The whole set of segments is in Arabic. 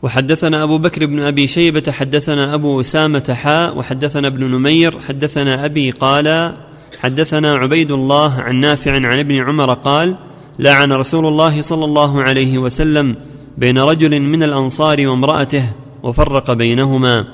وحدثنا أبو بكر بن أبي شيبة حدثنا أبو أسامة حاء وحدثنا ابن نمير حدثنا أبي قال حدثنا عبيد الله عن نافع عن ابن عمر قال لعن رسول الله صلى الله عليه وسلم بين رجل من الأنصار وامرأته وفرق بينهما.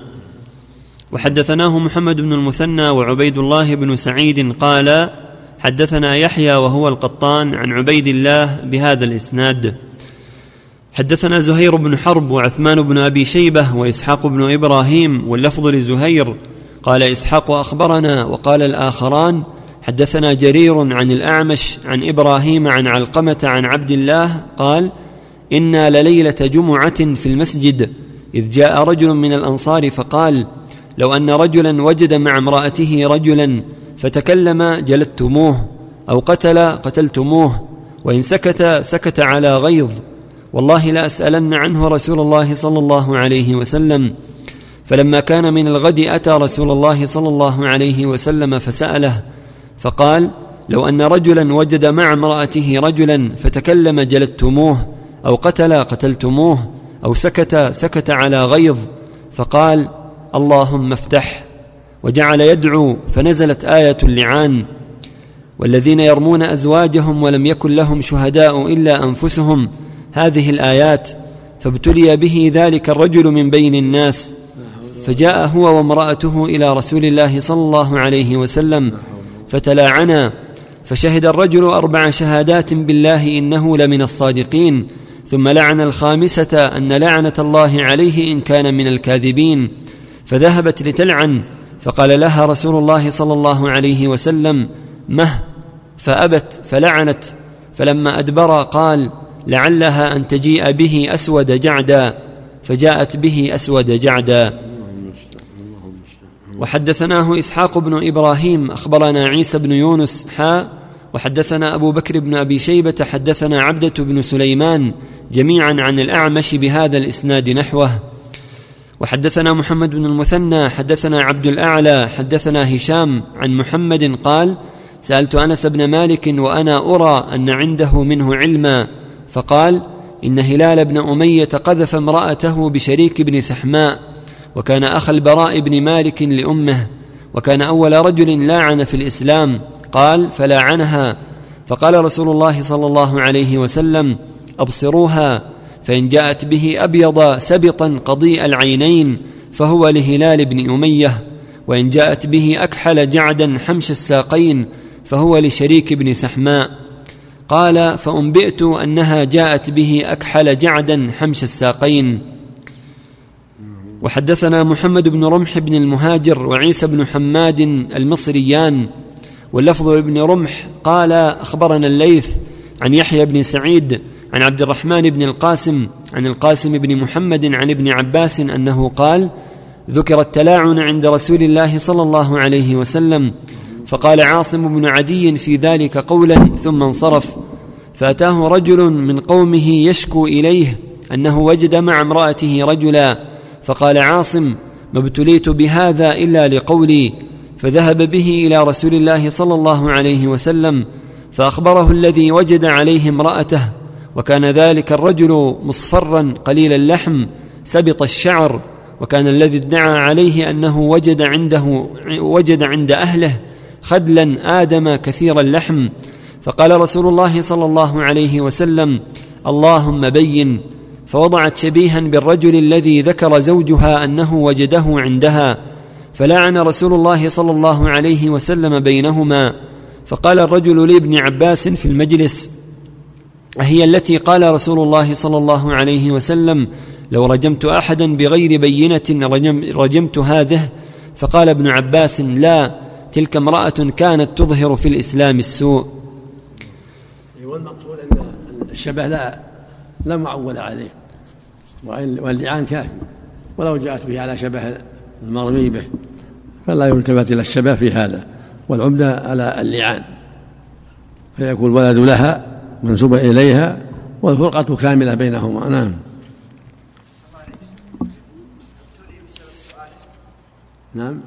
وحدثناه محمد بن المثنى وعبيد الله بن سعيد قال حدثنا يحيى وهو القطان عن عبيد الله بهذا الإسناد. حدثنا زهير بن حرب وعثمان بن أبي شيبة وإسحاق بن إبراهيم واللفظ لزهير قال إسحاق أخبرنا وقال الآخران حدثنا جرير عن الأعمش عن إبراهيم عن علقمة عن عبد الله قال إنا لليلة جمعة في المسجد إذ جاء رجل من الأنصار فقال لو أن رجلا وجد مع امرأته رجلا فتكلم جلدتموه أو قتلتموه وإن سكت على غيظ والله لأسألن عنه رسول الله صلى الله عليه وسلم. فلما كان من الغد أتى رسول الله صلى الله عليه وسلم فسأله فقال لو أن رجلا وجد مع امرأته رجلا فتكلم جلدتموه أو قتلتموه أو سكت على غيظ فقال اللهم افتح وجعل يدعو فنزلت آية اللعان والذين يرمون أزواجهم ولم يكن لهم شهداء إلا أنفسهم هذه الآيات فابتلي به ذلك الرجل من بين الناس فجاء هو وامرأته إلى رسول الله صلى الله عليه وسلم فتلاعنا فشهد الرجل 4 شهادات بالله إنه لمن الصادقين ثم لعن الخامسة أن لعنة الله عليه إن كان من الكاذبين فذهبت لتلعن فقال لها رسول الله صلى الله عليه وسلم مه فأبت فلعنت فلما أدبر قال لعلها أن تجيء به أسود جعدا فجاءت به أسود جعدا. وحدثناه إسحاق بن إبراهيم أخبرنا عيسى بن يونس وحدثنا أبو بكر بن أبي شيبة حدثنا عبدة بن سليمان جميعا عن الأعمش بهذا الإسناد نحوه. وحدثنا محمد بن المثنى حدثنا عبد الأعلى حدثنا هشام عن محمد قال سألت أنس بن مالك وأنا أرى أن عنده منه علما فقال إن هلال بن أمية قذف امرأته بشريك بن سحماء وكان أخ البراء بن مالك لأمه وكان أول رجل لاعن في الإسلام قال فلاعنها فقال رسول الله صلى الله عليه وسلم أبصروها فإن جاءت به أبيض سبطا قضيء العينين فهو لهلال بن أمية وإن جاءت به أكحل جعدا حمش الساقين فهو لشريك بن سحماء قال فأنبئت أنها جاءت به أكحل جعدا حمش الساقين. وحدثنا محمد بن رمح بن المهاجر وعيسى بن حماد المصريان واللفظ ابن رمح قال أخبرنا الليث عن يحيى بن سعيد عن عبد الرحمن بن القاسم عن القاسم بن محمد عن ابن عباس أنه قال ذكر التلاعن عند رسول الله صلى الله عليه وسلم فقال عاصم بن عدي في ذلك قولا ثم انصرف فأتاه رجل من قومه يشكو إليه أنه وجد مع امرأته رجلا فقال عاصم ما ابتليت بهذا إلا لقولي فذهب به إلى رسول الله صلى الله عليه وسلم فأخبره الذي وجد عليه امرأته وكان ذلك الرجل مصفرا قليل اللحم سبط الشعر وكان الذي ادعى عليه أنه وجد عند أهله خدلا آدم كثير اللحم فقال رسول الله صلى الله عليه وسلم اللهم بين فوضعت شبيها بالرجل الذي ذكر زوجها أنه وجده عندها فلعن رسول الله صلى الله عليه وسلم بينهما فقال الرجل لابن عباس في المجلس هي التي قال رسول الله صلى الله عليه وسلم لو رجمت أحدا بغير بينة رجمت هذه فقال ابن عباس لا تلك امرأة كانت تظهر في الإسلام السوء. والمقصود أن الشبه لا معول عليه واللعان كافي ولو جاءت به على شبه المرمي به فلا يلتفت إلى الشبه في هذا والعمدة على اللعان فيكون الولد لها منسوبة إليها والفرقة كاملة بينهما. نعم. نعم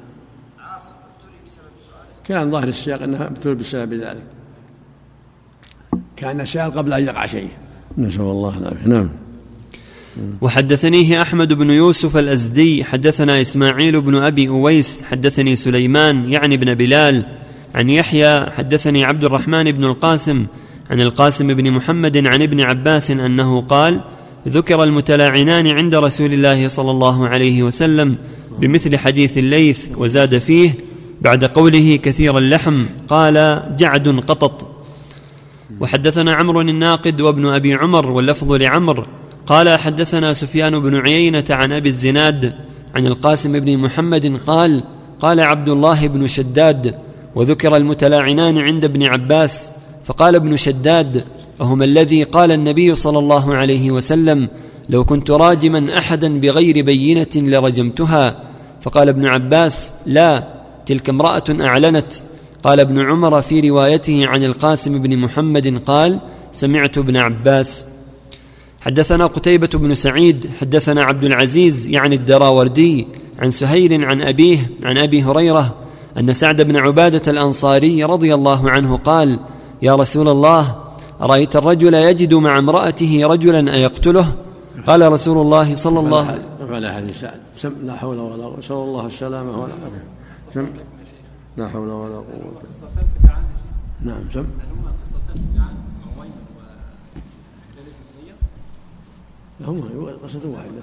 كان ظاهر السياق أنها ابتلي بسبب ذلك كان سائل قبل أن يقع شيء نسأل الله العافية. نعم. وحدثنيه أحمد بن يوسف الأزدي حدثنا إسماعيل بن أبي أويس حدثني سليمان يعني بن بلال عن يحيى حدثني عبد الرحمن بن القاسم عن القاسم بن محمد عن ابن عباس أنه قال: ذكر المتلاعنان عند رسول الله صلى الله عليه وسلم بمثل حديث الليث، وزاد فيه بعد قوله كثير اللحم قال: جعد قطط. وحدثنا عمرو الناقد وابن أبي عمر واللفظ لعمر قال: حدثنا سفيان بن عيينة عن أبي الزناد عن القاسم بن محمد قال: قال عبد الله بن شداد: وذكر المتلاعنان عند ابن عباس، فقال ابن شداد: فهما الذي قال النبي صلى الله عليه وسلم: لو كنت راجما أحدا بغير بينة لرجمتها. فقال ابن عباس: لا، تلك امرأة أعلنت. قال ابن عمر في روايته عن القاسم بن محمد قال: سمعت ابن عباس. حدثنا قتيبة بن سعيد حدثنا عبد العزيز يعني الدراوردي عن سهيل عن أبيه عن أبي هريرة أن سعد بن عبادة الأنصاري رضي الله عنه قال: يا رسول الله، أرأيت الرجل يجد مع امرأته رجلا أيقتله؟ قال رسول الله صلى الله عليه وسلم: لا حول ولا قوة، نسأل الله السلامة والعافية. لا حول ولا قوة. نعم. سم. هم قصة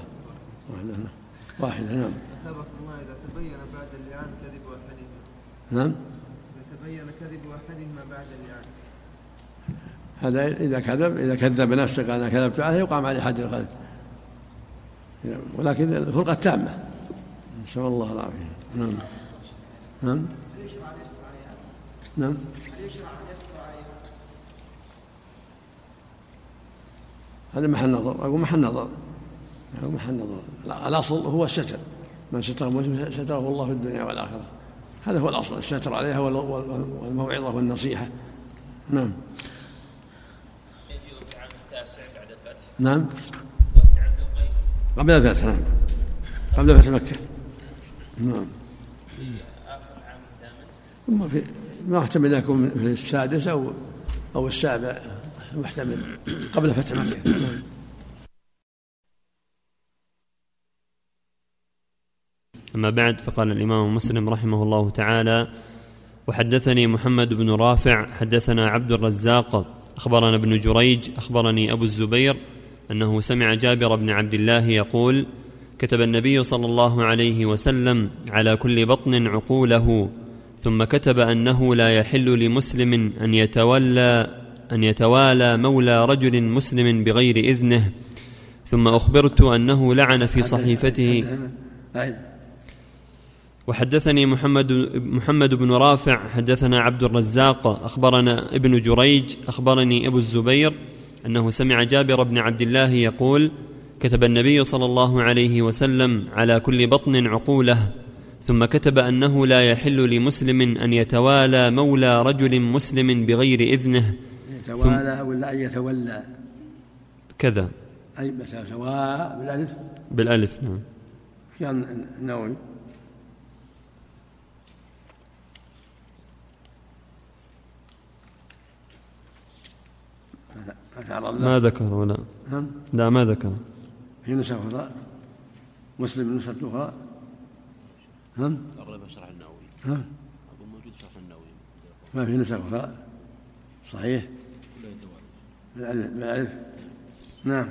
واحدة. نعم. إذا تبين بعد اللعان كذب أحدهما. نعم. إذا تبين كذب أحدهما بعد اللعان. هذا إذا كذب نفسه أنا كذبت عليه يقام عليه حد القذف، ولكن الفرقة تامة، نسأل الله العافية. نعم. نعم. نعم. هذا محل نظر. أقول محل نظر. الأصل هو الستر، من ستره الله في الدنيا والآخرة، هذا هو الأصل، الستر عليها والموعظة والنصيحة. نعم. نعم. قبل الفتح. نعم. قبل فتح مكة. نعم. ما احتمل يكون في السادس أو السابع، محتمل قبل فتح مكة. أما بعد، فقال الإمام مسلم رحمه الله تعالى: وحدثني محمد بن رافع حدثنا عبد الرزاق أخبرنا ابن جريج أخبرني أبو الزبير أنه سمع جابر بن عبد الله يقول: كتب النبي صلى الله عليه وسلم على كل بطن عقوله، ثم كتب أنه لا يحل لمسلم أن يتوالى مولى رجل مسلم بغير إذنه، ثم أخبرت أنه لعن في صحيفته. وحدثني محمد بن رافع حدثنا عبد الرزاق أخبرنا ابن جريج أخبرني أبو الزبير أنه سمع جابر بن عبد الله يقول: كتب النبي صلى الله عليه وسلم على كل بطن عقوله، ثم كتب أنه لا يحل لمسلم أن يتوالى مولى رجل مسلم بغير إذنه. يتوالى ولا أن يتولى كذا، أي سواء بالألف. نعم. كان النووي ما ذكر ولا لا ما ذكر في نسخة أخرى، مسلم نسخة أخرى. أغلب شرح النووي. أقول موجود شرح النووي. ما في نسخة أخرى صحيح. بالألف. نعم.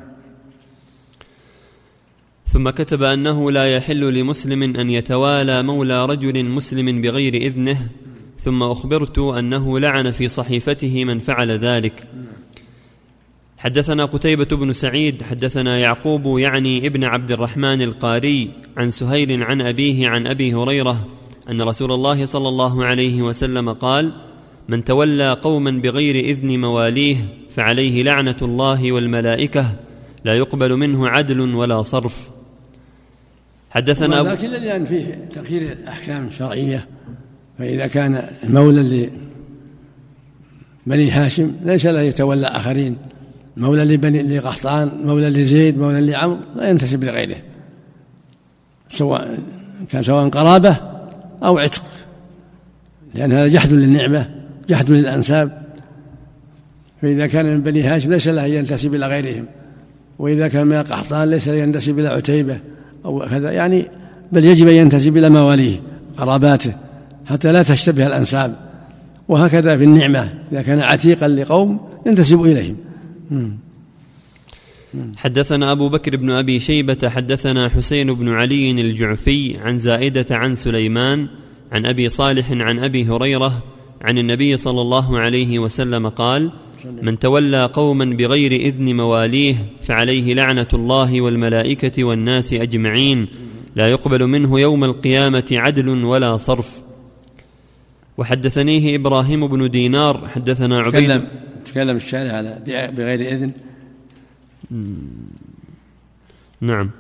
ثم كتب أنه لا يحل لمسلم أن يتوالى مولى رجل مسلم بغير إذنه، ثم أخبرت أنه لعن في صحيفته من فعل ذلك. حدثنا قتيبة بن سعيد حدثنا يعقوب يعني ابن عبد الرحمن القاري عن سهيل عن أبيه عن أبي هريرة أن رسول الله صلى الله عليه وسلم قال: من تولى قوما بغير إذن مواليه فعليه لعنة الله والملائكة، لا يقبل منه عدل ولا صرف. حدثنا لكن لأن فيه تغيير الأحكام الشرعية، فإذا كان المولى لبني هاشم ليس لا يتولى آخرين، مولى لقحطان، مولى لزيد، مولى لعمرو، لا ينتسب لغيره، سواء قرابة أو عتق، لأن هذا جحد للنعمة، جحد للأنساب. فإذا كان من بني هاشم ليس له أن ينتسب إلى غيرهم، وإذا كان من القحطان ليس ينتسب إلى عتيبة أو كذا، يعني بل يجب أن ينتسب إلى مواليه قراباته حتى لا تشتبه الأنساب. وهكذا في النعمة، إذا كان عتيقا لقوم ينتسب إليهم. حدثنا أبو بكر بن أبي شيبة حدثنا حسين بن علي الجعفي عن زائدة عن سليمان عن أبي صالح عن أبي هريرة عن النبي صلى الله عليه وسلم قال: من تولى قوما بغير إذن مواليه فعليه لعنة الله والملائكة والناس أجمعين، لا يقبل منه يوم القيامة عدل ولا صرف. وحدثنيه إبراهيم بن دينار حدثنا عبيد. تكلم الشارع على بغير إذن. نعم.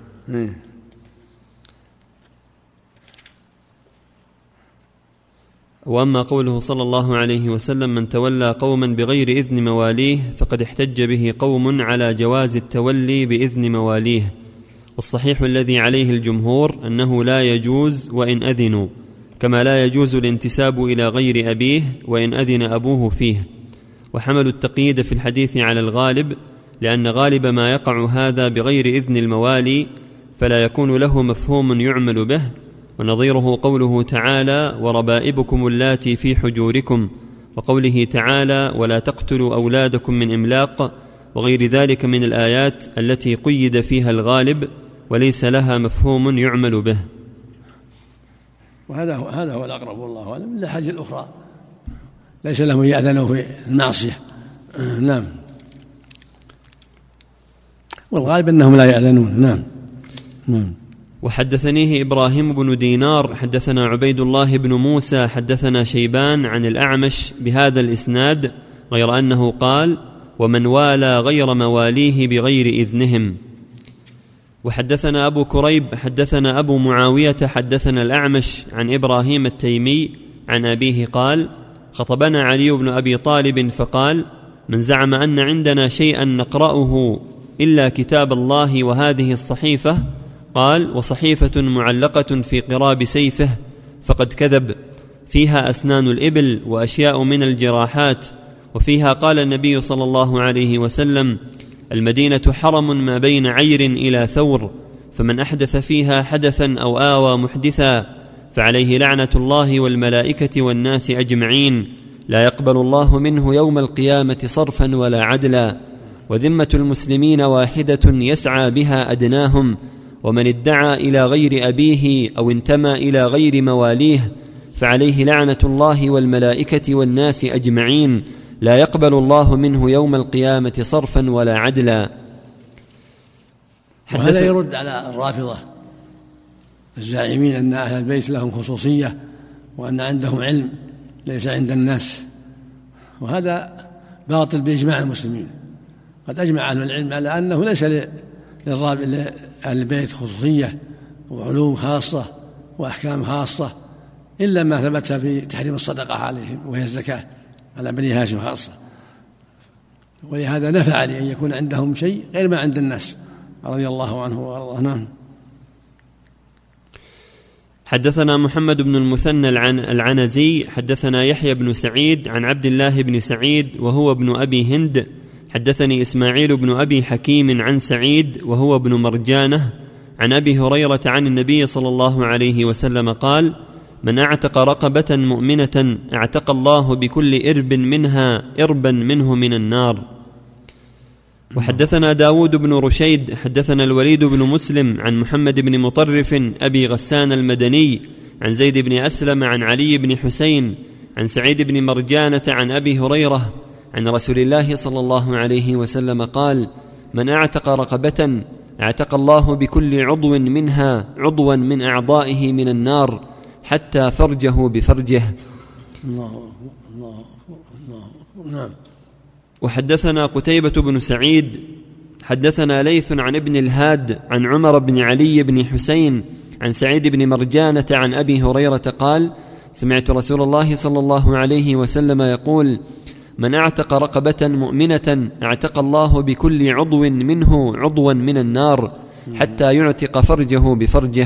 وأما قوله صلى الله عليه وسلم: من تولى قوما بغير إذن مواليه فقد احتج به قوم على جواز التولي بإذن مواليه، والصحيح الذي عليه الجمهور أنه لا يجوز وإن أذنوا، كما لا يجوز الانتساب إلى غير أبيه وإن أذن أبوه فيه. وحملوا التقييد في الحديث على الغالب، لأن غالب ما يقع هذا بغير إذن الموالي فلا يكون له مفهوم يعمل به، ونظيره قوله تعالى: وربائبكم اللاتي في حجوركم، وقوله تعالى: ولا تقتلوا أولادكم من إملاق، وغير ذلك من الآيات التي قيد فيها الغالب وليس لها مفهوم يعمل به. وهذا هو الأقرب والله أعلم، إلا حاجة الأخرى ليس لهم يأذنوا في المعصية. نعم. والغالب أنهم لا يأذنون. نعم. وحدثنيه إبراهيم بن دينار حدثنا عبيد الله بن موسى حدثنا شيبان عن الأعمش بهذا الإسناد، غير أنه قال: ومن والى غير مواليه بغير إذنهم. وحدثنا أبو كريب حدثنا أبو معاوية حدثنا الأعمش عن إبراهيم التيمي عن أبيه قال: خطبنا علي بن أبي طالب فقال: من زعم أن عندنا شيئا نقرأه إلا كتاب الله وهذه الصحيفة، قال: وصحيفة معلقة في قراب سيفه، فقد كذب، فيها أسنان الإبل وأشياء من الجراحات، وفيها قال النبي صلى الله عليه وسلم: المدينة حرم ما بين عير إلى ثور، فمن أحدث فيها حدثا أو آوى محدثا فعليه لعنة الله والملائكة والناس أجمعين، لا يقبل الله منه يوم القيامة صرفا ولا عدلا، وذمة المسلمين واحدة يسعى بها أدناهم، ومن ادعى إلى غير أبيه أو انتمى إلى غير مواليه فعليه لعنة الله والملائكة والناس أجمعين، لا يقبل الله منه يوم القيامة صرفا ولا عدلا. وهذا يرد على الرافضة الزاعمين أن أهل البيت لهم خصوصية وأن عندهم علم ليس عند الناس، وهذا باطل بإجماع المسلمين. قد أجمع أهل العلم على أنه ليس لأهل البيت خصوصية وعلوم خاصة وأحكام خاصة إلا ما ثبت في تحريم الصدقة عليهم وهي الزكاة على بني هاشم خاصة، ولهذا نفع علي أن يكون عندهم شيء غير ما عند الناس رضي الله عنه وارضاه. نعم. حدثنا محمد بن المثنى العنزي حدثنا يحيى بن سعيد عن عبد الله بن سعيد وهو ابن أبي هند حدثني إسماعيل بن أبي حكيم عن سعيد وهو ابن مرجانة عن أبي هريرة عن النبي صلى الله عليه وسلم قال: من اعتق رقبة مؤمنة اعتق الله بكل إرب منها إربا منه من النار. وحدثنا داود بن رشيد حدثنا الوليد بن مسلم عن محمد بن مطرف أبي غسان المدني عن زيد بن أسلم عن علي بن حسين عن سعيد بن مرجانة عن أبي هريرة عن رسول الله صلى الله عليه وسلم قال: من اعتق رقبة اعتق الله بكل عضو منها عضوا من أعضائه من النار حتى فرجه بفرجه. الله. نعم. وحدثنا قتيبة بن سعيد حدثنا ليث عن ابن الهاد عن عمر بن علي بن حسين عن سعيد بن مرجانة عن أبي هريرة قال: سمعت رسول الله صلى الله عليه وسلم يقول: من اعتق رقبة مؤمنة اعتق الله بكل عضو منه عضوا من النار حتى يعتق فرجه بفرجه.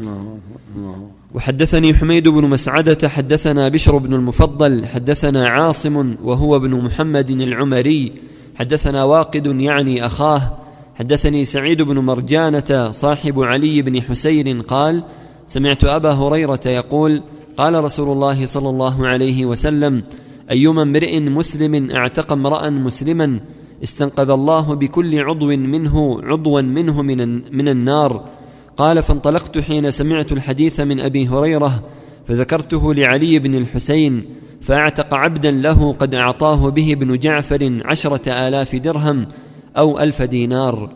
وحدثني حميد بن مسعدة حدثنا بشر بن المفضل حدثنا عاصم وهو ابن محمد العمري حدثنا واقد يعني أخاه حدثني سعيد بن مرجانة صاحب علي بن حسين قال: سمعت أبا هريرة يقول: قال رسول الله صلى الله عليه وسلم: أيما امرئ مسلم اعتق امرأ مسلما استنقذ الله بكل عضوا منه من النار. قال: فانطلقت حين سمعت الحديث من أبي هريرة فذكرته لعلي بن الحسين، فاعتق عبدا له قد أعطاه به ابن جعفر 10,000 درهم أو 1,000 دينار.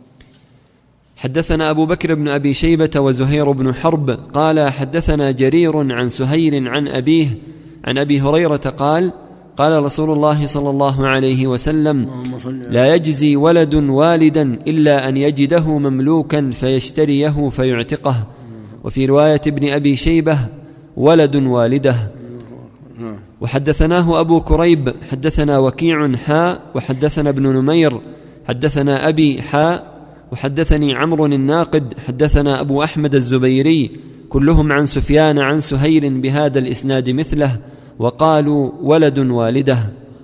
حدثنا أبو بكر بن أبي شيبة وزهير بن حرب قال: حدثنا جرير عن سهيل عن أبيه عن أبي هريرة قال: قال رسول الله صلى الله عليه وسلم: لا يجزي ولد والدا إلا أن يجده مملوكا فيشتريه فيعتقه. وفي رواية ابن أبي شيبة: ولد والده. وحدثناه أبو كريب حدثنا وكيع حاء وحدثنا ابن نمير حدثنا أبي حاء وحدثني عمرو الناقد حدثنا أبو أحمد الزبيري كلهم عن سفيان عن سهيل بهذا الإسناد مثله وقالوا: ولد والده.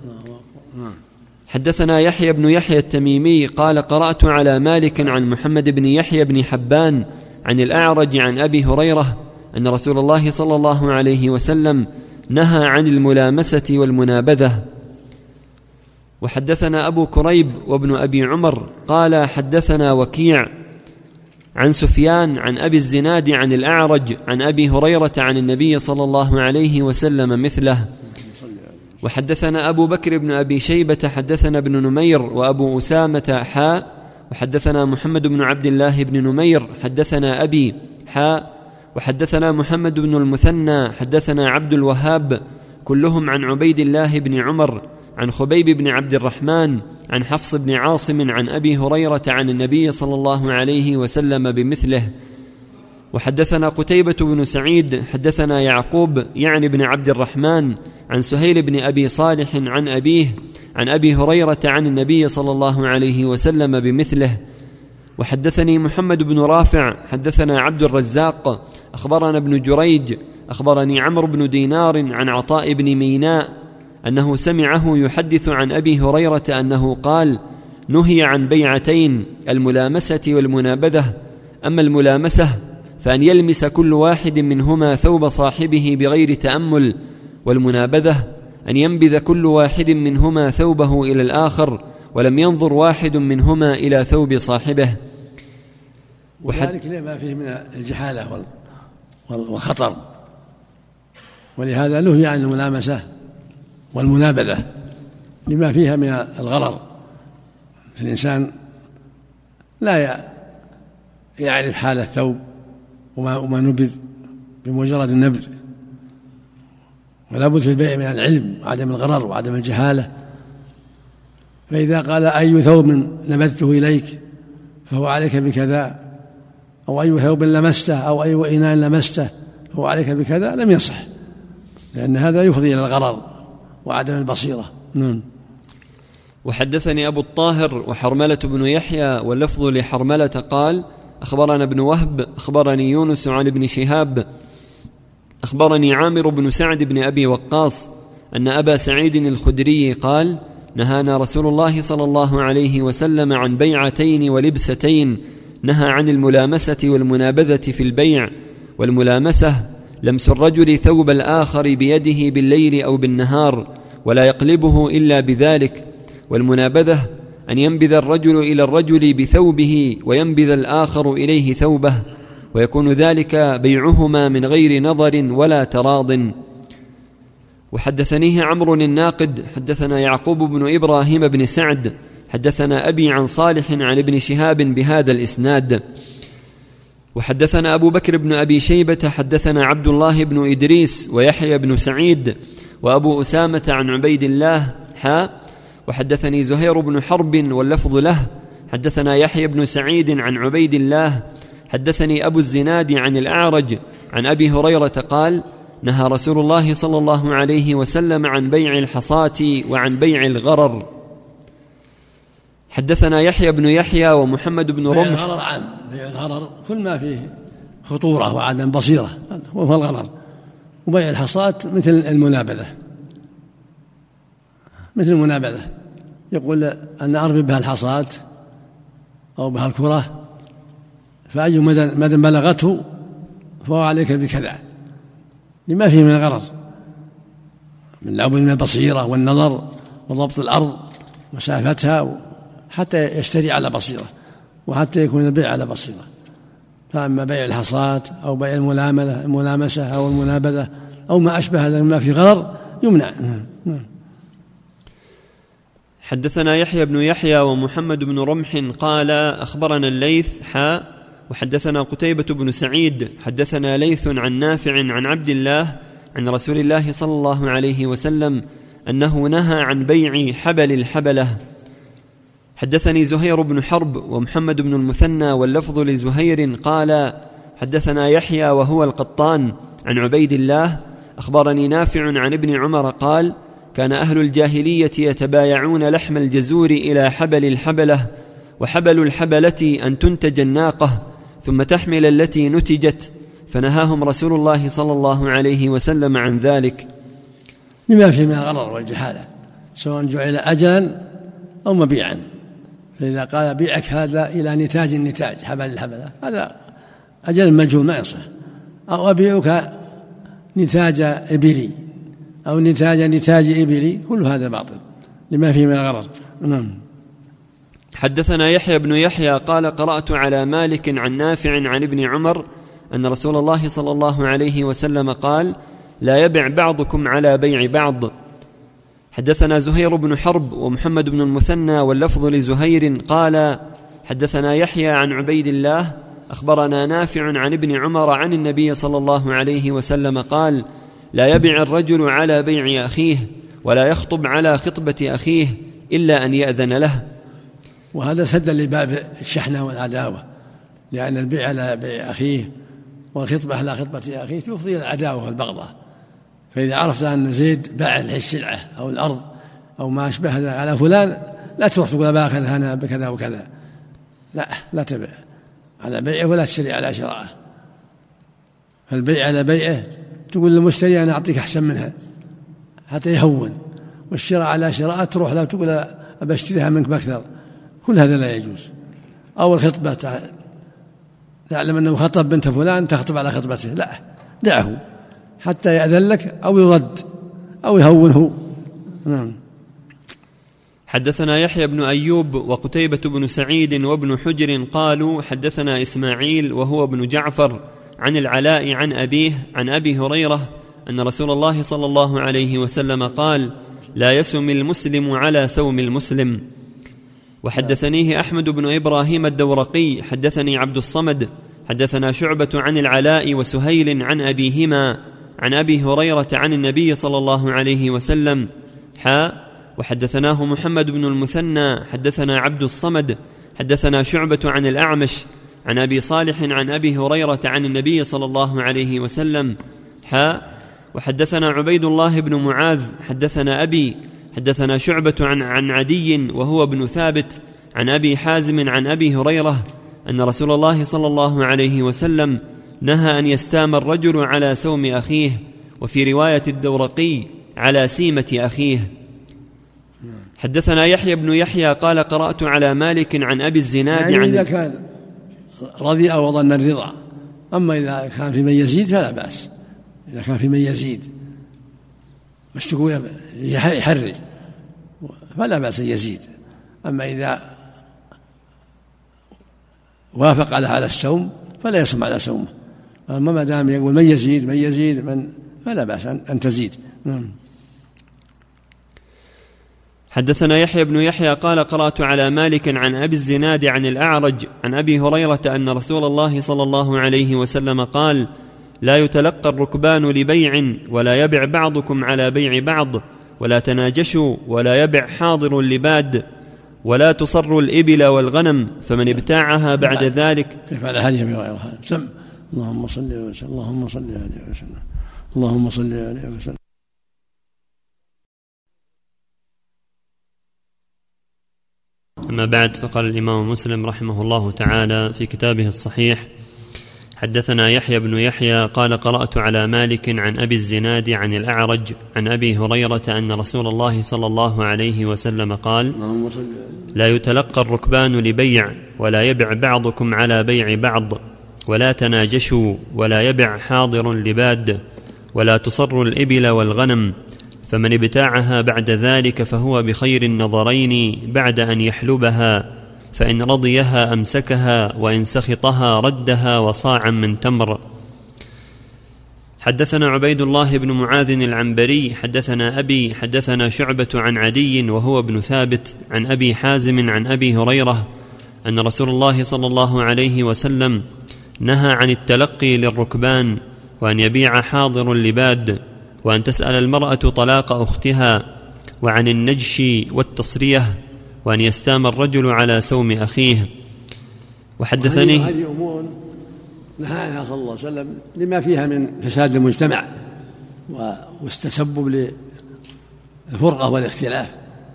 حدثنا يحيى بن يحيى التميمي قال: قرأت على مالك عن محمد بن يحيى بن حبان عن الأعرج عن أبي هريرة أن رسول الله صلى الله عليه وسلم نهى عن الملامسة والمنابذة. وحدثنا أبو كريب وابن أبي عمر قال: حدثنا وكيع عن سفيان عن أبي الزناد عن الأعرج عن أبي هريرة عن النبي صلى الله عليه وسلم مثله. وحدثنا أبو بكر بن أبي شيبة حدثنا ابن نمير وأبو أسامة حاء وحدثنا محمد بن عبد الله بن نمير حدثنا أبي حاء وحدثنا محمد بن المثنى حدثنا عبد الوهاب كلهم عن عبيد الله بن عمر عن خبيب بن عبد الرحمن عن حفص بن عاصم عن أبي هريرة عن النبي صلى الله عليه وسلم بمثله. وحدثنا قتيبة بن سعيد حدثنا يعقوب يعني بن عبد الرحمن عن سهيل بن أبي صالح عن أبيه عن أبي هريرة عن النبي صلى الله عليه وسلم بمثله. وحدثني محمد بن رافع حدثنا عبد الرزاق أخبرنا ابن جريج أخبرني عمرو بن دينار عن عطاء بن ميناء أنه سمعه يحدث عن أبي هريرة أنه قال: نهي عن بيعتين: الملامسة والمنابذة. أما الملامسة فأن يلمس كل واحد منهما ثوب صاحبه بغير تأمل، والمنابذة أن ينبذ كل واحد منهما ثوبه إلى الآخر ولم ينظر واحد منهما إلى ثوب صاحبه. وذلك لما فيه من الجحالة والخطر، ولهذا نهي عن الملامسة والمنابذة لما فيها من الغرر. فالإنسان لا يعرف حال الثوب وما نبذ بمجرد النبذ، ولا بد في البيع من العلم وعدم الغرر وعدم الجهالة. فإذا قال: أي ثوب نبذته إليك فهو عليك بكذا، أو أي ثوب لمسته، أو أي إناء لمسته فهو عليك بكذا، لم يصح، لأن هذا يفضي إلى الغرر وعدم البصيرة. وحدثني أبو الطاهر وحرملة بن يحيى واللفظ لحرملة قال: أخبرنا ابن وهب أخبرني يونس عن ابن شهاب أخبرني عامر بن سعد بن أبي وقاص أن أبا سعيد الخدري قال: نهانا رسول الله صلى الله عليه وسلم عن بيعتين ولبستين. نهى عن الملامسة والمنابذة في البيع. والملامسة لمس الرجل ثوب الآخر بيده بالليل أو بالنهار ولا يقلبه إلا بذلك. والمنابذة أن ينبذ الرجل إلى الرجل بثوبه وينبذ الآخر إليه ثوبه، ويكون ذلك بيعهما من غير نظر ولا تراض. وحدثنيه عمرو الناقد حدثنا يعقوب بن إبراهيم بن سعد حدثنا أبي عن صالح عن ابن شهاب بهذا الإسناد. وحدثنا أبو بكر بن أبي شيبة حدثنا عبد الله بن إدريس ويحيى بن سعيد وأبو أسامة عن عبيد الله وحدثني زهير بن حرب واللفظ له حدثنا يحيى بن سعيد عن عبيد الله حدثني أبو الزناد عن الأعرج عن أبي هريرة قال: نهى رسول الله صلى الله عليه وسلم عن بيع الحصاة وعن بيع الغرر. حدثنا يحيى بن يحيى ومحمد بن رمح. بيع الغرر عام، بيع الغرر كل ما فيه خطورة وعدم بصيرة وهو الغرر. وبيع الحصاة مثل المنابذة، مثل المنابذة، يقول أن أربي بها الحصاة أو بها الكرة، فأي مدى بلغته فهو عليك بكذا لما فيه من الغرض من لعب من البصيرة والنظر وضبط الأرض مسافتها حتى يشتري على بصيرة وحتى يكون البيع على بصيرة. فأما بيع الحصاة أو بيع الملامسة أو المنابذة أو ما أشبه هذا مما في غرر يمنع. حدثنا يحيى بن يحيى ومحمد بن رمح قال أخبرنا الليث وحدثنا قتيبة بن سعيد حدثنا ليث عن نافع عن عبد الله عن رسول الله صلى الله عليه وسلم أنه نهى عن بيع حبل الحبلة. حدثني زهير بن حرب ومحمد بن المثنى واللفظ لزهير قال حدثنا يحيى وهو القطان عن عبيد الله أخبرني نافع عن ابن عمر قال كان أهل الجاهلية يتبايعون لحم الجزور إلى حبل الحبلة، وحبل الحبلة أن تنتج الناقة ثم تحمل التي نتجت، فنهاهم رسول الله صلى الله عليه وسلم عن ذلك. لما فيه من الغرر والجحالة سواء جعل أجلا أو مبيعا، فإذا قال بيعك هذا إلى نتاج حبل الحبلة هذا أجل مجهول ما يصح، أو أبيعك نتاج إبلي أو نتاج إبلي، كل هذا باطل لما فيه من الغرر. حدثنا يحيى بن يحيى قال قرأت على مالك عن نافع عن ابن عمر أن رسول الله صلى الله عليه وسلم قال لا يبع بعضكم على بيع بعض. حدثنا زهير بن حرب ومحمد بن المثنى واللفظ لزهير قال حدثنا يحيى عن عبيد الله أخبرنا نافع عن ابن عمر عن النبي صلى الله عليه وسلم قال لا يبع الرجل على بيع أخيه ولا يخطب على خطبة أخيه إلا أن يأذن له. وهذا سد لباب الشحنة والعداوة، لأن البيع على بيع أخيه والخطبة على خطبة أخيه تفضي العداوة والبغضاء. فإذا عرفت أن زيد باع السلعة أو الأرض أو ما أشبه ذلك على فلان لا تروح تقول باخذ أنا بكذا وكذا، لا تبع على بيعه ولا تشتري على شراءه. فالبيع على بيعه تقول للمشتري أنا أعطيك أحسن منها حتى يهون، والشراء على شراءه تروح لا تقول أبشتريها منك بأكثر، كل هذا لا يجوز. أو الخطبة تعلم أنه خطب بنت فلان تخطب على خطبته، لا دعه حتى يأذن لك أو يرد أو يهونه. حدثنا يحيى بن أيوب وقتيبة بن سعيد وابن حجر قالوا حدثنا إسماعيل وهو ابن جعفر عن العلاء عن أبيه عن أبي هريرة أن رسول الله صلى الله عليه وسلم قال لا يسم المسلم على سوم المسلم. وحدثنيه أحمد بن إبراهيم الدورقي حدثني عبد الصمد حدثنا شعبة عن العلاء وسهيل عن أبيهما عن أبي هريرة عن النبي صلى الله عليه وسلم وحدثناه محمد بن المثنى حدثنا عبد الصمد حدثنا شعبة عن الأعمش عن أبي صالح عن أبي هريرة عن النبي صلى الله عليه وسلم وحدثنا عبيد الله بن معاذ حدثنا أبي حدثنا شعبة عن عدي وهو ابن ثابت عن أبي حازم عن أبي هريرة أن رسول الله صلى الله عليه وسلم نهى أن يستام الرجل على سوم أخيه، وفي رواية الدورقي على سيمة أخيه. حدثنا يحيى بن يحيى قال قرأت على مالك عن أبي الزناد يعني إذا كان رضي أو ظن الرضا، أما إذا كان في من يزيد فلا بأس. إذا كان في من يزيد مش تقول يحرج فلا بأس يزيد. أما إذا وافق على السوم فلا يصوم على سومه. أما ما دام يقول من يزيد فلا بأس أن تزيد. حدثنا يحيى بن يحيى قال قرأت على مالك عن أبي الزناد عن الأعرج عن أبي هريرة أن رسول الله صلى الله عليه وسلم قال لا يتلقى الركبان لبيع ولا يبع بعضكم على بيع بعض ولا تناجشوا ولا يبع حاضر لباد ولا تصر الإبل والغنم فمن ابتاعها بعد ذلك. كيف على هذه بغيرها سم. اللهم صل وسلم اللهم صل عليه وسلم اللهم صل عليه وسلم. أما بعد، فقال الإمام مسلم رحمه الله تعالى في كتابه الصحيح حدثنا يحيى بن يحيى قال قرأت على مالك عن أبي الزناد عن الأعرج عن أبي هريرة أن رسول الله صلى الله عليه وسلم قال: لا يتلقى الركبان لبيع، ولا يبع بعضكم على بيع بعض، ولا تناجشوا، ولا يبع حاضر لباد، ولا تصر الإبل والغنم، فمن ابتاعها بعد ذلك فهو بخير النظرين بعد أن يحلبها، فإن رضيها أمسكها، وإن سخطها ردها وصاعا من تمر. حدثنا عبيد الله بن معاذ العنبري حدثنا أبي حدثنا شعبة عن عدي وهو ابن ثابت عن أبي حازم عن أبي هريرة أن رسول الله صلى الله عليه وسلم نهى عن التلقي للركبان، وأن يبيع حاضر لباد، وأن تسأل المرأة طلاق أختها، وعن النجش والتصرية، وأن يستام الرجل على سوم أخيه. وحدثني هذه أمور نهى عنها صلى الله عليه وسلم لما فيها من فساد المجتمع واستسبب للفرقة والاختلاف،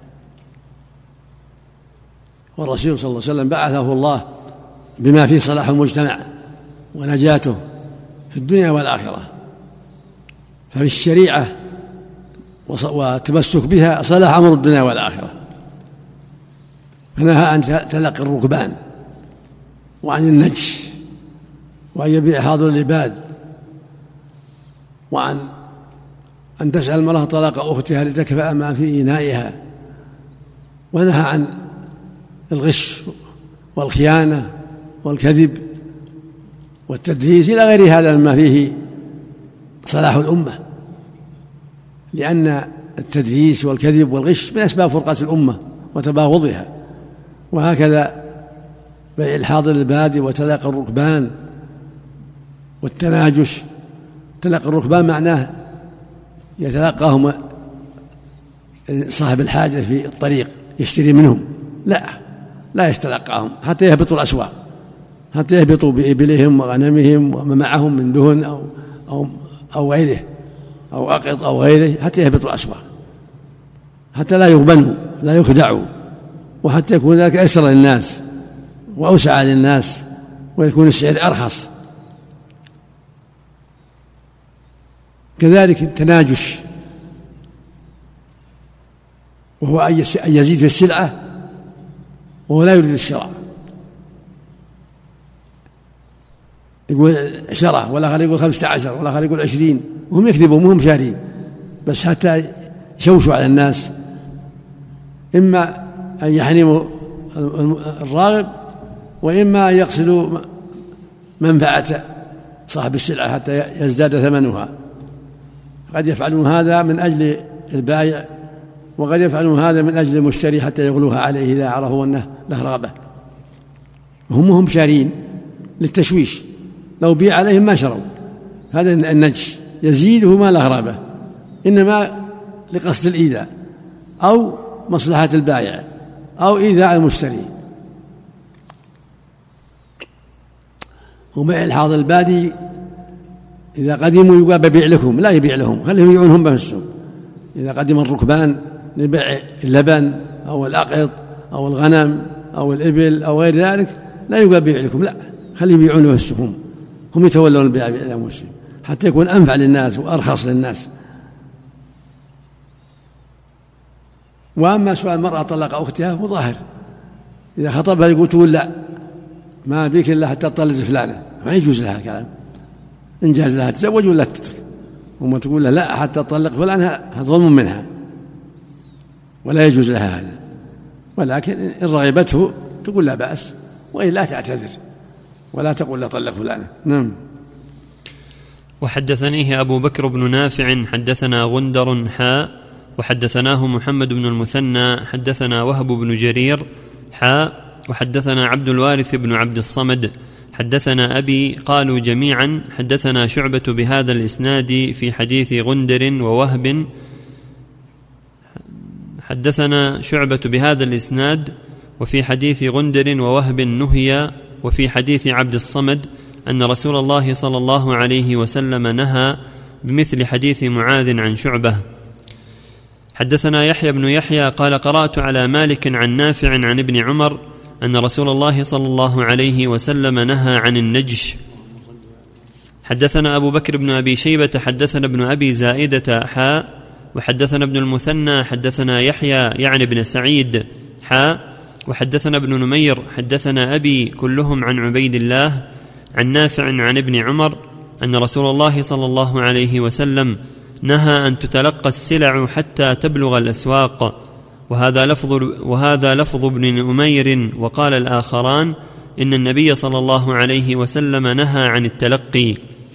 والرسول صلى الله عليه وسلم بعثه الله بما فيه صلاح المجتمع ونجاته في الدنيا والآخرة، ففي الشريعة والتمسك بها صلاح أمر الدنيا والآخرة، فنهى عن تلقي الركبان، وعن النجش، وأن يبيع حاضر العباد، وعن أن تسأل المرأة طلاق أختها لتكفأ ما في إنائها، ونهى عن الغش والخيانة والكذب والتدليس إلى غير هذا مما فيه صلاح الأمة، لأن التدليس والكذب والغش من أسباب فرقة الأمة وتباغضها. وهكذا بيع الحاضر البادي وتلاقي الركبان والتناجش. تلاقي الركبان معناه يتلقاهم صاحب الحاجة في الطريق يشتري منهم، لا يستلقاهم حتى يهبطوا الأسواق، حتى يهبطوا بإبلهم وغنمهم وما معهم من دهن أو غيره أو أقط أو غيره، حتى يهبطوا الأسواق، حتى لا يغبنوا لا يخدعوا، وحتى يكون ذلك أيسر للناس وأوسع للناس، ويكون السعر أرخص. كذلك التناجش، وهو أن يزيد في السلعة وهو لا يريد الشراء، يقول شرى ولا خلي يقول 15 ولا خلي يقول 20، وهم يكذبون وهم شارين بس حتى يشوشوا على الناس، إما أن يحرموا الراغب، وإما أن يقصدوا منفعة صاحب السلعة حتى يزداد ثمنها. قد يفعلون هذا من أجل البائع، وقد يفعلون هذا من أجل المشتري حتى يغلوها عليه إذا عرفوا أنه له رغبة، هم شارين للتشويش، لو بيع عليهم ما شروا. هذا النجش يزيده ما له رغبة، إنما لقصد الإيذاء أو مصلحة البائع أو إيذاء المشتري. وبيع الحاضر البادي إذا قدموا يقول ببيع لكم، لا يبيع لهم، خليهم يبيعونهم بنفسهم. إذا قدم الركبان لبيع اللبن أو الأقط أو الغنم أو الإبل أو غير ذلك، لا يقول بيع لكم، لا، خليهم يبيعون بنفسهم، هم يتولون البيع لأنفسهم حتى يكون أنفع للناس وأرخص للناس. وأما سؤال المرأة طلق أختها هو ظاهر، إذا خطبها يقول تقول لا ما بيك إلا حتى تطلق فلانة، ما يجوز لها الكلام، إن جاز لها تزوج ولا تترك، وما تقول لها لا حتى تطلق فلانة، هذا ظلم منها ولا يجوز لها هذا. ولكن إن رغبته تقول لا بأس، وإن لا تعتذر ولا تقول لا طلق فلانة. نعم. وحدثنيه أبو بكر بن نافع حدثنا غندر وحدثناه محمد بن المثنى حدثنا وهب بن جرير وحدثنا عبد الوارث بن عبد الصمد حدثنا أبي قالوا جميعا حدثنا شعبة بهذا الإسناد في حديث غندر ووهب، حدثنا شعبة بهذا الإسناد وفي حديث غندر ووهب نهي، وفي حديث عبد الصمد أن رسول الله صلى الله عليه وسلم نهى بمثل حديث معاذ عن شعبة. حدثنا يحيى بن يحيى قال قرأت على مالك عن نافع عن ابن عمر أن رسول الله صلى الله عليه وسلم نهى عن النجش حدثنا أبو بكر بن أبي شيبة حدثنا ابن أبي زائدة حاء وحدثنا ابن المثنى حدثنا يحيى يعني بن سعيد حاء وحدثنا ابن نمير حدثنا أبي كلهم عن عبيد الله عن نافع عن ابن عمر أن رسول الله صلى الله عليه وسلم نهى أن تتلقى السلع حتى تبلغ الأسواق، وهذا لفظ ابن نمير. وقال الآخران إن النبي صلى الله عليه وسلم نهى عن التلقي.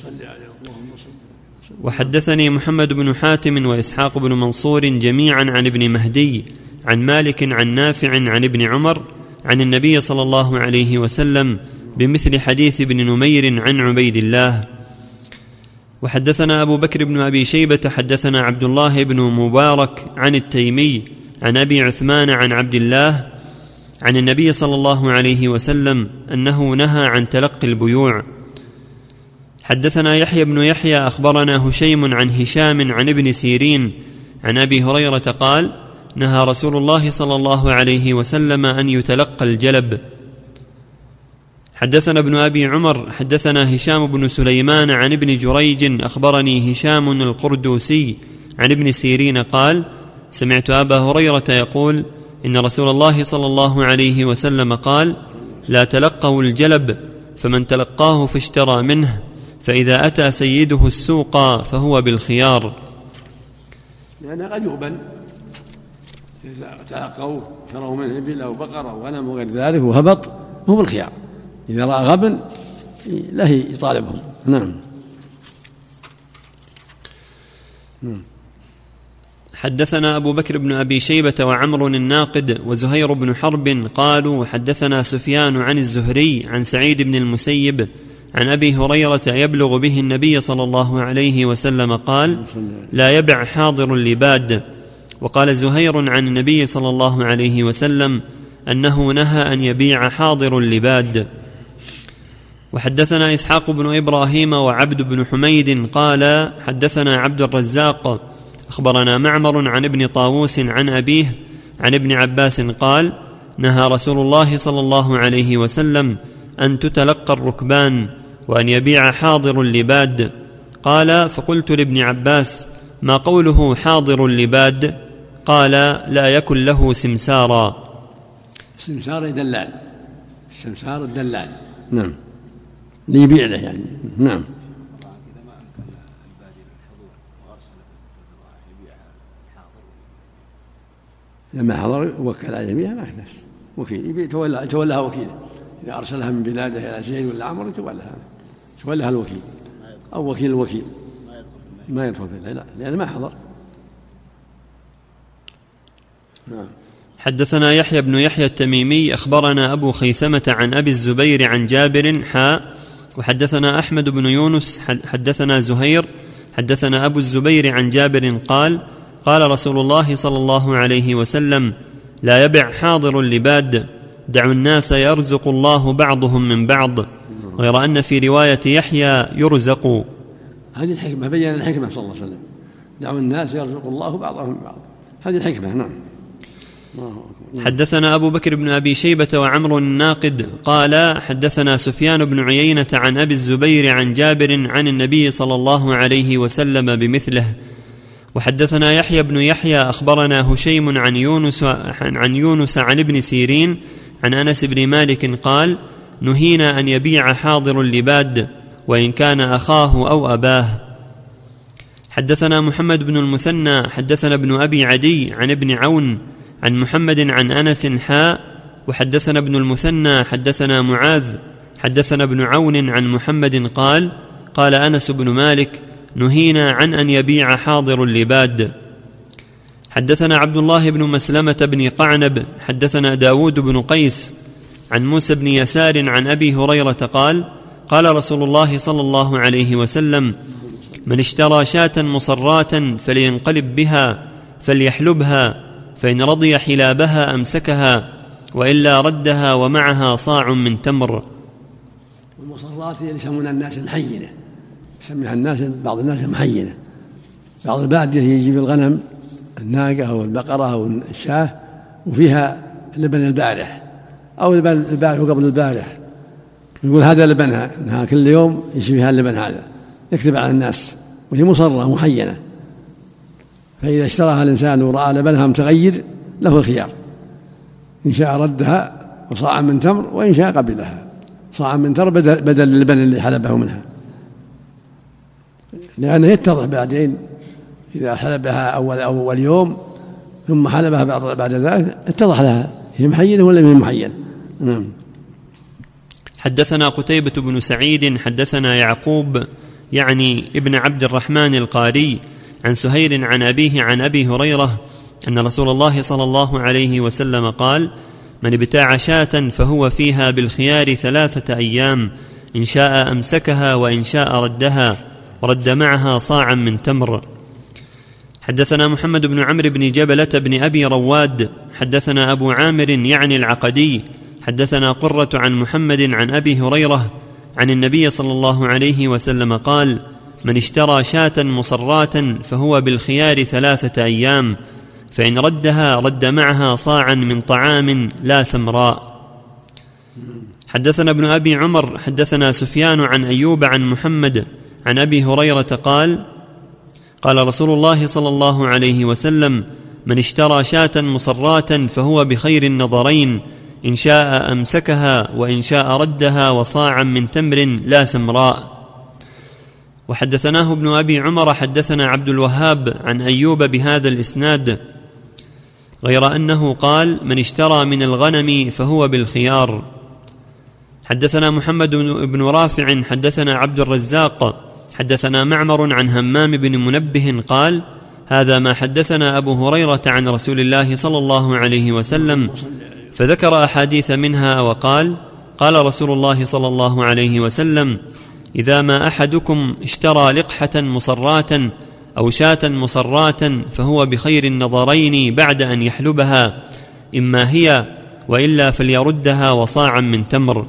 وحدثني محمد بن حاتم وإسحاق بن منصور جميعا عن ابن مهدي عن مالك عن نافع عن ابن عمر عن النبي صلى الله عليه وسلم بمثل حديث ابن نمير عن عبيد الله. وحدثنا أبو بكر بن أبي شيبة حدثنا عبد الله بن مبارك عن التيمي عن أبي عثمان عن عبد الله عن النبي صلى الله عليه وسلم أنه نهى عن تلقي البيوع. حدثنا يحيى بن يحيى أخبرنا هشيم عن هشام عن ابن سيرين عن أبي هريرة قال نهى رسول الله صلى الله عليه وسلم أن يتلقى الجلب. حدثنا ابن أبي عمر حدثنا هشام بن سليمان عن ابن جريج أخبرني هشام القردوسي عن ابن سيرين قال سمعت أبا هريرة يقول إن رسول الله صلى الله عليه وسلم قال لا تلقوا الجلب، فمن تلقاه فاشترى منه، فإذا أتى سيده السوق فهو بالخيار. لأن قد يغبن إذا تلقوه شروا منه إبل أو بقرة أو غنم وغير ذلك وهبط هو بالخيار، إذا رأى غبن له يطالبهم. نعم. حدثنا أبو بكر بن أبي شيبة وعمر الناقد وزهير بن حرب قالوا حدثنا سفيان عن الزهري عن سعيد بن المسيب عن أبي هريرة يبلغ به النبي صلى الله عليه وسلم قال لا يبع حاضر لباد. وقال زهير عن النبي صلى الله عليه وسلم أنه نهى أن يبيع حاضر لباد. وحدثنا إسحاق بن إبراهيم وعبد بن حميد قال حدثنا عبد الرزاق أخبرنا معمر عن ابن طاووس عن أبيه عن ابن عباس قال نهى رسول الله صلى الله عليه وسلم أن تتلقى الركبان وأن يبيع حاضر لباد. قال فقلت لابن عباس ما قوله حاضر لباد؟ قال لا يكن له سمسارا. السمسار دلال، السمسار الدلال. نعم، ليبيع له يعني. نعم. لما حضر وكل على يبيعها ما يحدث وكيل تولاها وكيله، إذا أرسلها من بلاده إلى زيد ولا عمرو تولاها الوكيل أو وكيل الوكيل ما يدخل فيها، لا لأنه ما حضر. نعم. حدثنا يحيى بن يحيى التميمي أخبرنا أبو خيثمة عن أبي الزبير عن جابر وحدثنا أحمد بن يونس حدثنا زهير حدثنا أبو الزبير عن جابر قال قال رسول الله صلى الله عليه وسلم لا يبع حاضر لباد، دعوا الناس يرزق الله بعضهم من بعض، غير أن في رواية يحيى يرزق. هذه الحكمة، بين الحكمة صلى الله عليه وسلم، دعوا الناس يرزق الله بعضهم من بعض، هذه الحكمة. نعم. حدثنا أبو بكر بن أبي شيبة وعمر الناقد قال حدثنا سفيان بن عيينة عن أبي الزبير عن جابر عن النبي صلى الله عليه وسلم بمثله. وحدثنا يحيى بن يحيى أخبرنا هشيم عن يونس عن ابن سيرين عن أنس بن مالك قال نهينا أن يبيع حاضر لباد وإن كان أخاه أو أباه. حدثنا محمد بن المثنى حدثنا ابن أبي عدي عن ابن عون عن محمد عن أنس وحدثنا ابن المثنى حدثنا معاذ حدثنا ابن عون عن محمد قال أنس بن مالك نهينا عن أن يبيع حاضر لباد. حدثنا عبد الله بن مسلمة بن قعنب حدثنا داود بن قيس عن موسى بن يسار عن أبي هريرة قال رسول الله صلى الله عليه وسلم من اشترى شاة مصراة فلينقلب بها فليحلبها، فإن رضي حلابها أمسكها وإلا ردها ومعها صاع من تمر. المصرات يسمونها الناس المحينة، يسميها الناس بعض الناس محينة. بعض البادية يجيب الغنم الناقة أو البقرة أو الشاة وفيها لبن البارح أو لبن البارح وقبل البارح، يقول هذا لبنها، إنها كل يوم يشبه اللبن هذا، يكذب على الناس، وهي مصرة محينة، فإذا اشتراها الإنسان ورأى لبنها متغير له الخيار، إن شاء ردها وصاعا من تمر، وإن شاء قبلها صاعا من تمر بدل اللبن اللي حلبه منها، لأنه يتضح بعدين إذا حلبها أول يوم ثم حلبها بعد ذلك اتضح لها هي محينة ولا هي محينة. نعم. حدثنا قتيبة بن سعيد حدثنا يعقوب يعني ابن عبد الرحمن القاري عن سهير عن أبيه عن أبي هريرة أن رسول الله صلى الله عليه وسلم قال: من ابتاع شاة فهو فيها بالخيار 3 أيام، إن شاء أمسكها وإن شاء ردها، ورد معها صاعا من تمر. حدثنا محمد بن عمرو بن جبلة بن أبي رواد حدثنا أبو عامر يعني العقدي حدثنا قرة عن محمد عن أبي هريرة عن النبي صلى الله عليه وسلم قال: من اشترى شاة مصرات فهو بالخيار 3 أيام، فإن ردها رد معها صاعا من طعام لا سمراء. حدثنا ابن أبي عمر حدثنا سفيان عن أيوب عن محمد عن أبي هريرة قال: قال رسول الله صلى الله عليه وسلم: من اشترى شاة مصرات فهو بخير النظرين، إن شاء أمسكها وإن شاء ردها، وصاعا من تمر لا سمراء. وحدثناه ابن أبي عمر حدثنا عبد الوهاب عن أيوب بهذا الإسناد، غير أنه قال: من اشترى من الغنم فهو بالخيار. حدثنا محمد بن رافع حدثنا عبد الرزاق حدثنا معمر عن همام بن منبه قال: هذا ما حدثنا أبو هريرة عن رسول الله صلى الله عليه وسلم، فذكر أحاديث منها وقال: قال رسول الله صلى الله عليه وسلم: إذا ما أحدكم اشترى لقحة مصرات أو شاة مصرات فهو بخير النظرين بعد أن يحلبها، إما هي وإلا فليردها، وصاعا من تمر.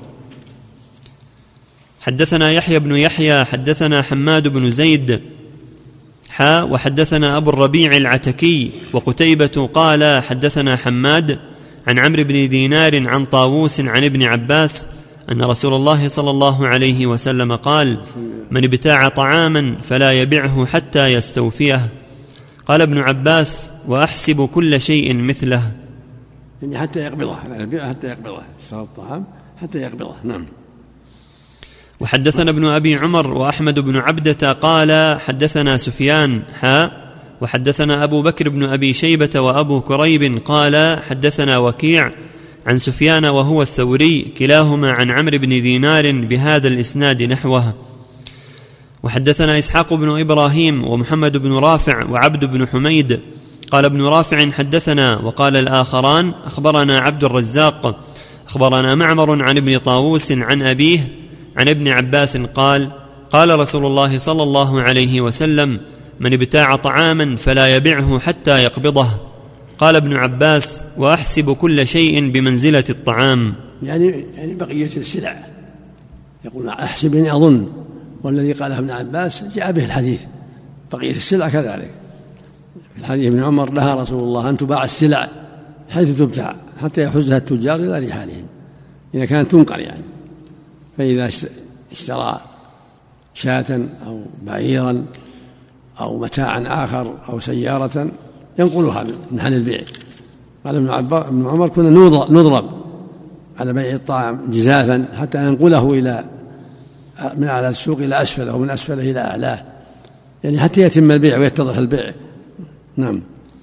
حدثنا يحيى بن يحيى حدثنا حماد بن زيد وحدثنا أبو الربيع العتكي وقتيبة قال: حدثنا حماد عن عمرو بن دينار عن طاووس عن ابن عباس أن رسول الله صلى الله عليه وسلم قال: من ابتاع طعاما فلا يبعه حتى يستوفيه. قال ابن عباس: وأحسب كل شيء مثله، يعني حتى يقبضه، حتى يقبضه، اشترى الطعام حتى يقبضه. نعم. وحدثنا ابن أبي عمر وأحمد بن عبدة قال: حدثنا سفيان وحدثنا أبو بكر بن أبي شيبة وأبو كريب قال: حدثنا وكيع عن سفيان وهو الثوري كلاهما عن عمرو بن دينار بهذا الإسناد نحوه. وحدثنا إسحاق بن إبراهيم ومحمد بن رافع وعبد بن حميد. قال ابن رافع: حدثنا، وقال الآخران: أخبرنا عبد الرزاق أخبرنا معمر عن ابن طاووس عن أبيه عن ابن عباس قال: قال رسول الله صلى الله عليه وسلم: من ابتاع طعاما فلا يبعه حتى يقبضه. قال ابن عباس: وأحسب كل شيء بمنزلة الطعام، يعني بقية السلع. يقول أحسب يعني أظن، والذي قاله ابن عباس جاء به الحديث، بقية السلع كذلك. في الحديث ابن عمر: نهى رسول الله أن تباع السلع حيث تبتاع حتى يحزها التجار إلى رحالهم، إذا كانت تنقل يعني. فإذا اشترى شاة أو بعيرا أو متاعا آخر أو سيارة ينقلها من محل البيع. قال ابن عمر: كنا نضرب على بيع الطعام جزافا حتى ننقله من أعلى السوق إلى أسفله ومن أسفله إلى أعلاه، يعني حتى يتم البيع ويتضح البيع. نعم.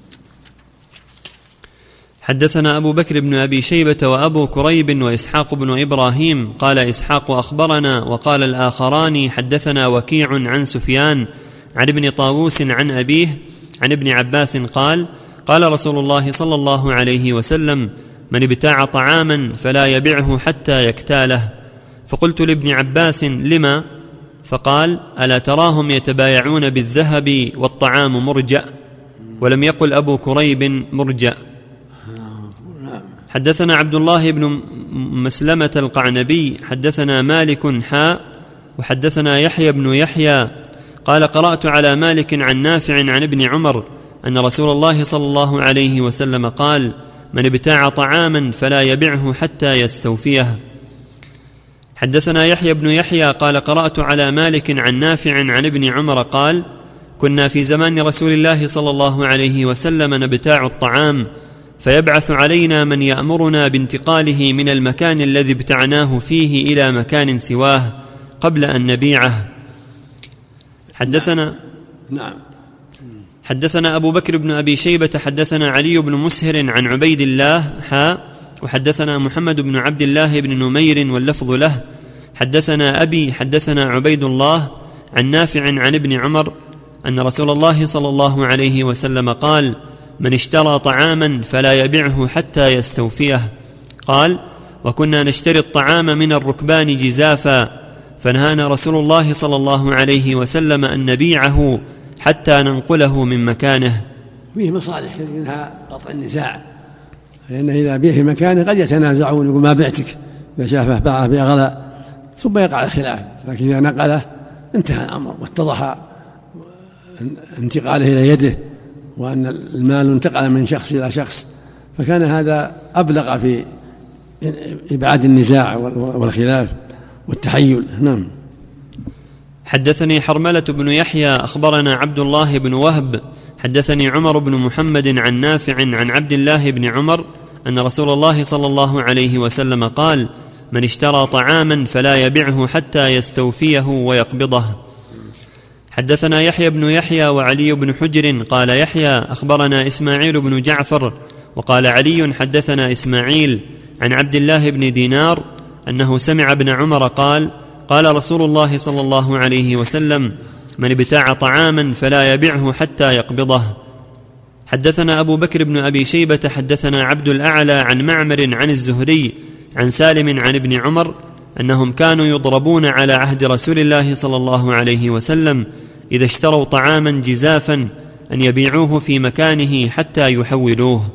حدثنا أبو بكر بن أبي شيبة وأبو كريب وإسحاق بن إبراهيم. قال إسحاق: أخبرنا، وقال الآخران: حدثنا وكيع عن سفيان عن ابن طاووس عن أبيه عن ابن عباس قال: قال رسول الله صلى الله عليه وسلم: من ابتاع طعاما فلا يبعه حتى يكتاله. فقلت لابن عباس: لما؟ فقال: ألا تراهم يتبايعون بالذهب والطعام مرجأ؟ ولم يقل أبو كريب مرجأ. حدثنا عبد الله بن مسلمة القعنبي حدثنا مالك وحدثنا يحيى بن يحيى قال: قرأت على مالك عن نافع عن ابن عمر أن رسول الله صلى الله عليه وسلم قال: من ابتاع طعاما فلا يبعه حتى يستوفيه. حدثنا يحيى بن يحيى قال قرأت على مالك عن نافع عن ابن عمر قال كنا في زمان رسول الله صلى الله عليه وسلم نبتاع الطعام فيبعث علينا من يأمرنا بانتقاله من المكان الذي ابتعناه فيه إلى مكان سواه قبل أن نبيعه. حدثنا أبو بكر بن أبي شيبة حدثنا علي بن مسهر عن عبيد الله وحدثنا محمد بن عبد الله بن نمير واللفظ له حدثنا أبي حدثنا عبيد الله عن نافع عن ابن عمر أن رسول الله صلى الله عليه وسلم قال من اشترى طعاما فلا يبعه حتى يستوفيه. قال وكنا نشتري الطعام من الركبان جزافا فنهانا رسول الله صلى الله عليه وسلم أن نبيعه حتى ننقله من مكانه. فيه مصالح كثير منها قطع النزاع، فإن إذا بيع في مكانه قد يتنازعون يقول ما بعتك إذا شافه باعه بأغلى ثم يقع الخلاف، لكن إذا نقله انتهى الأمر واتضح انتقاله إلى يده وأن المال انتقل من شخص إلى شخص، فكان هذا أبلغ في إبعاد النزاع والخلاف والتحيل. نعم. حدثني حرملة بن يحيى أخبرنا عبد الله بن وهب حدثني عمر بن محمد عن نافع عن عبد الله بن عمر أن رسول الله صلى الله عليه وسلم قال من اشترى طعاما فلا يبعه حتى يستوفيه ويقبضه. حدثنا يحيى بن يحيى وعلي بن حجر قال يحيى أخبرنا إسماعيل بن جعفر وقال علي حدثنا إسماعيل عن عبد الله بن دينار أنه سمع ابن عمر قال قال رسول الله صلى الله عليه وسلم من ابتاع طعاما فلا يبعه حتى يقبضه. حدثنا أبو بكر بن أبي شيبة حدثنا عبد الأعلى عن معمر عن الزهري عن سالم عن ابن عمر أنهم كانوا يضربون على عهد رسول الله صلى الله عليه وسلم إذا اشتروا طعاما جزافا أن يبيعوه في مكانه حتى يحولوه.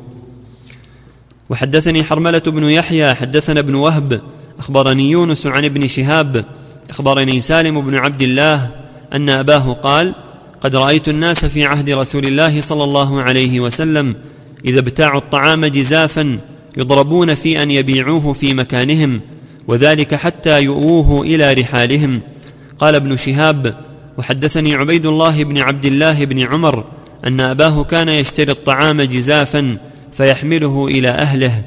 وحدثني حرملة بن يحيى حدثنا ابن وهب أخبرني يونس عن ابن شهاب أخبرني سالم بن عبد الله أن أباه قال قد رأيت الناس في عهد رسول الله صلى الله عليه وسلم إذا ابتاعوا الطعام جزافا يضربون في أن يبيعوه في مكانهم وذلك حتى يؤوه إلى رحالهم. قال ابن شهاب وحدثني عبيد الله بن عبد الله بن عمر أن أباه كان يشتري الطعام جزافا فيحمله إلى أهله.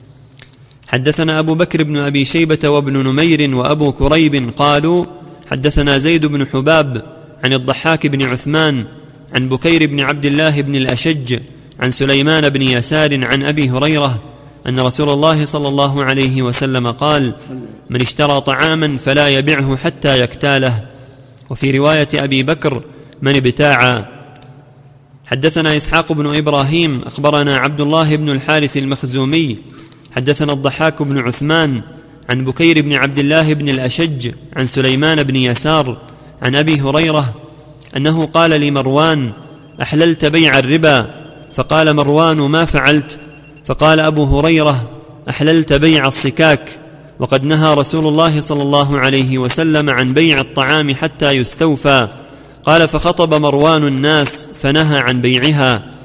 حدثنا أبو بكر بن أبي شيبة وابن نمير وأبو كريب قالوا حدثنا زيد بن حباب عن الضحاك بن عثمان عن بكير بن عبد الله بن الأشج عن سليمان بن يسار عن أبي هريرة أن رسول الله صلى الله عليه وسلم قال من اشترى طعاما فلا يبعه حتى يكتاله. وفي رواية أبي بكر من ابتاع. حدثنا إسحاق بن إبراهيم أخبرنا عبد الله بن الحارث المخزومي حدثنا الضحاك بن عثمان عن بكير بن عبد الله بن الأشج عن سليمان بن يسار عن أبي هريرة أنه قال لمروان أحللت بيع الربا؟ فقال مروان ما فعلت؟ فقال أبو هريرة أحللت بيع الصكاك، وقد نهى رسول الله صلى الله عليه وسلم عن بيع الطعام حتى يستوفى. قال فخطب مروان الناس فنهى عن بيعها.